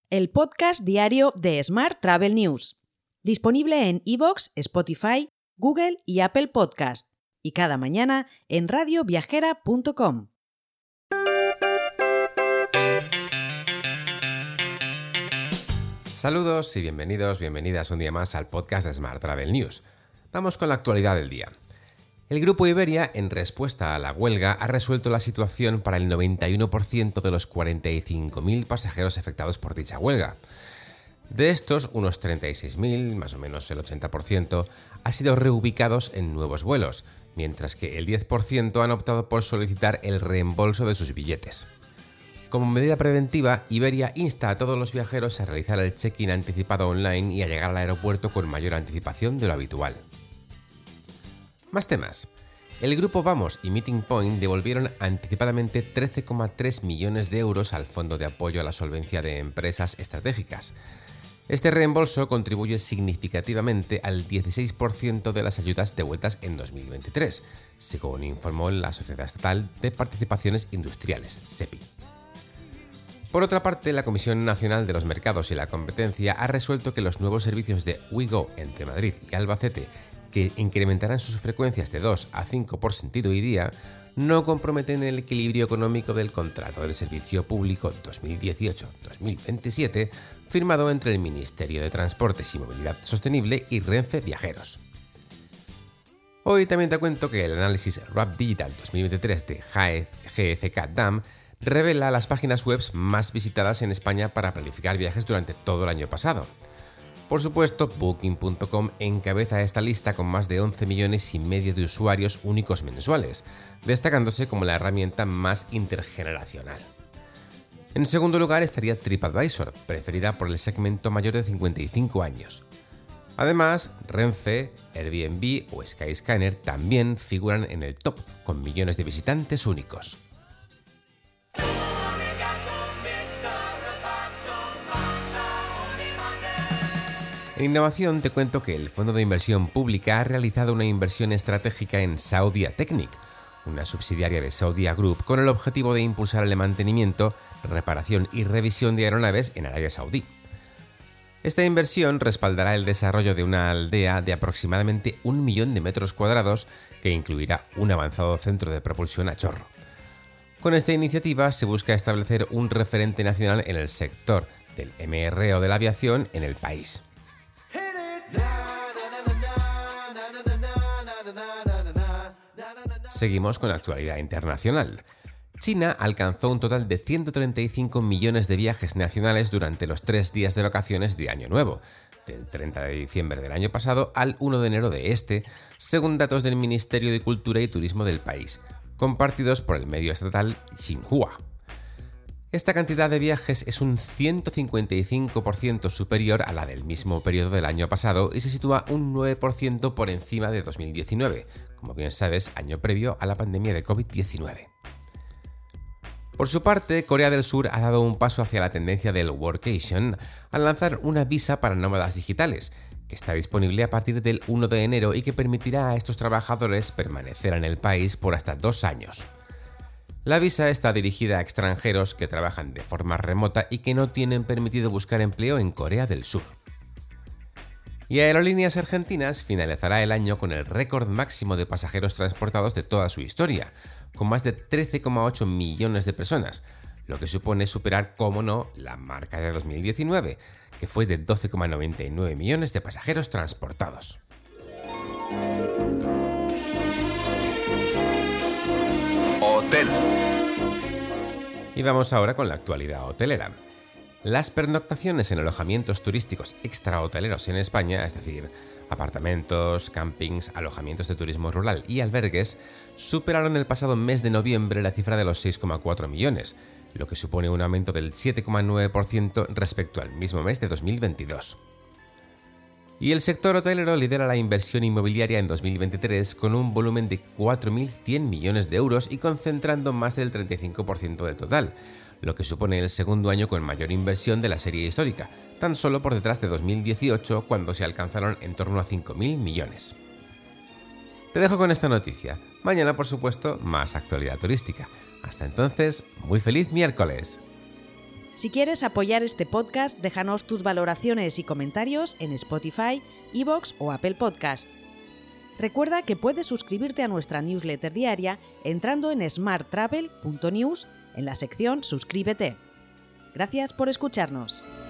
el podcast diario de Smart Travel News, disponible en iVoox, Spotify, Google y Apple Podcast, y cada mañana en radioviajera.com. Saludos y bienvenidas un día más al podcast de Smart Travel News. Vamos con la actualidad del día. El grupo Iberia, en respuesta a la huelga, ha resuelto la situación para el 91% de los 45.000 pasajeros afectados por dicha huelga. De estos, unos 36.000, más o menos el 80%, han sido reubicados en nuevos vuelos, mientras que el 10% han optado por solicitar el reembolso de sus billetes. Como medida preventiva, Iberia insta a todos los viajeros a realizar el check-in anticipado online y a llegar al aeropuerto con mayor anticipación de lo habitual. Más temas. El grupo Vamos y Meeting Point devolvieron anticipadamente 13,3 millones de euros al Fondo de Apoyo a la Solvencia de Empresas Estratégicas. Este reembolso contribuye significativamente al 16% de las ayudas devueltas en 2023, según informó la Sociedad Estatal de Participaciones Industriales, SEPI. Por otra parte, la Comisión Nacional de los Mercados y la Competencia ha resuelto que los nuevos servicios de Ouigo entre Madrid y Albacete, que incrementarán sus frecuencias de 2 a 5 por sentido y día, no comprometen el equilibrio económico del contrato del Servicio Público 2018-2027 firmado entre el Ministerio de Transportes y Movilidad Sostenible y Renfe Viajeros. Hoy también te cuento que el análisis RAP Digital 2023 de GfK Damm revela las páginas web más visitadas en España para planificar viajes durante todo el año pasado. Por supuesto, Booking.com encabeza esta lista con más de 11,5 millones de usuarios únicos mensuales, destacándose como la herramienta más intergeneracional. En segundo lugar estaría TripAdvisor, preferida por el segmento mayor de 55 años. Además, Renfe, Airbnb o Skyscanner también figuran en el top, con millones de visitantes únicos. En innovación te cuento que el Fondo de Inversión Pública ha realizado una inversión estratégica en Saudia Technic, una subsidiaria de Saudia Group, con el objetivo de impulsar el mantenimiento, reparación y revisión de aeronaves en Arabia Saudí. Esta inversión respaldará el desarrollo de una aldea de aproximadamente 1 millón de metros cuadrados que incluirá un avanzado centro de propulsión a chorro. Con esta iniciativa se busca establecer un referente nacional en el sector del MRO de la aviación en el país. Seguimos con la actualidad internacional. China alcanzó un total de 135 millones de viajes nacionales durante los 3 días de vacaciones de Año Nuevo, del 30 de diciembre del año pasado al 1 de enero de este, según datos del Ministerio de Cultura y Turismo del país, compartidos por el medio estatal Xinhua. Esta cantidad de viajes es un 155% superior a la del mismo periodo del año pasado y se sitúa un 9% por encima de 2019, como bien sabes, año previo a la pandemia de COVID-19. Por su parte, Corea del Sur ha dado un paso hacia la tendencia del workation al lanzar una visa para nómadas digitales, que está disponible a partir del 1 de enero y que permitirá a estos trabajadores permanecer en el país por hasta 2 años. La visa está dirigida a extranjeros que trabajan de forma remota y que no tienen permitido buscar empleo en Corea del Sur. Y Aerolíneas Argentinas finalizará el año con el récord máximo de pasajeros transportados de toda su historia, con más de 13,8 millones de personas, lo que supone superar, cómo no, la marca de 2019, que fue de 12,99 millones de pasajeros transportados. Hotel. Y vamos ahora con la actualidad hotelera. Las pernoctaciones en alojamientos turísticos extrahoteleros en España, es decir, apartamentos, campings, alojamientos de turismo rural y albergues, superaron el pasado mes de noviembre la cifra de los 6,4 millones, lo que supone un aumento del 7,9% respecto al mismo mes de 2022. Y el sector hotelero lidera la inversión inmobiliaria en 2023 con un volumen de 4.100 millones de euros y concentrando más del 35% del total, lo que supone el segundo año con mayor inversión de la serie histórica, tan solo por detrás de 2018 cuando se alcanzaron en torno a 5.000 millones. Te dejo con esta noticia. Mañana, por supuesto, más actualidad turística. Hasta entonces, muy feliz miércoles. Si quieres apoyar este podcast, déjanos tus valoraciones y comentarios en Spotify, iVoox o Apple Podcast. Recuerda que puedes suscribirte a nuestra newsletter diaria entrando en smarttravel.news en la sección Suscríbete. Gracias por escucharnos.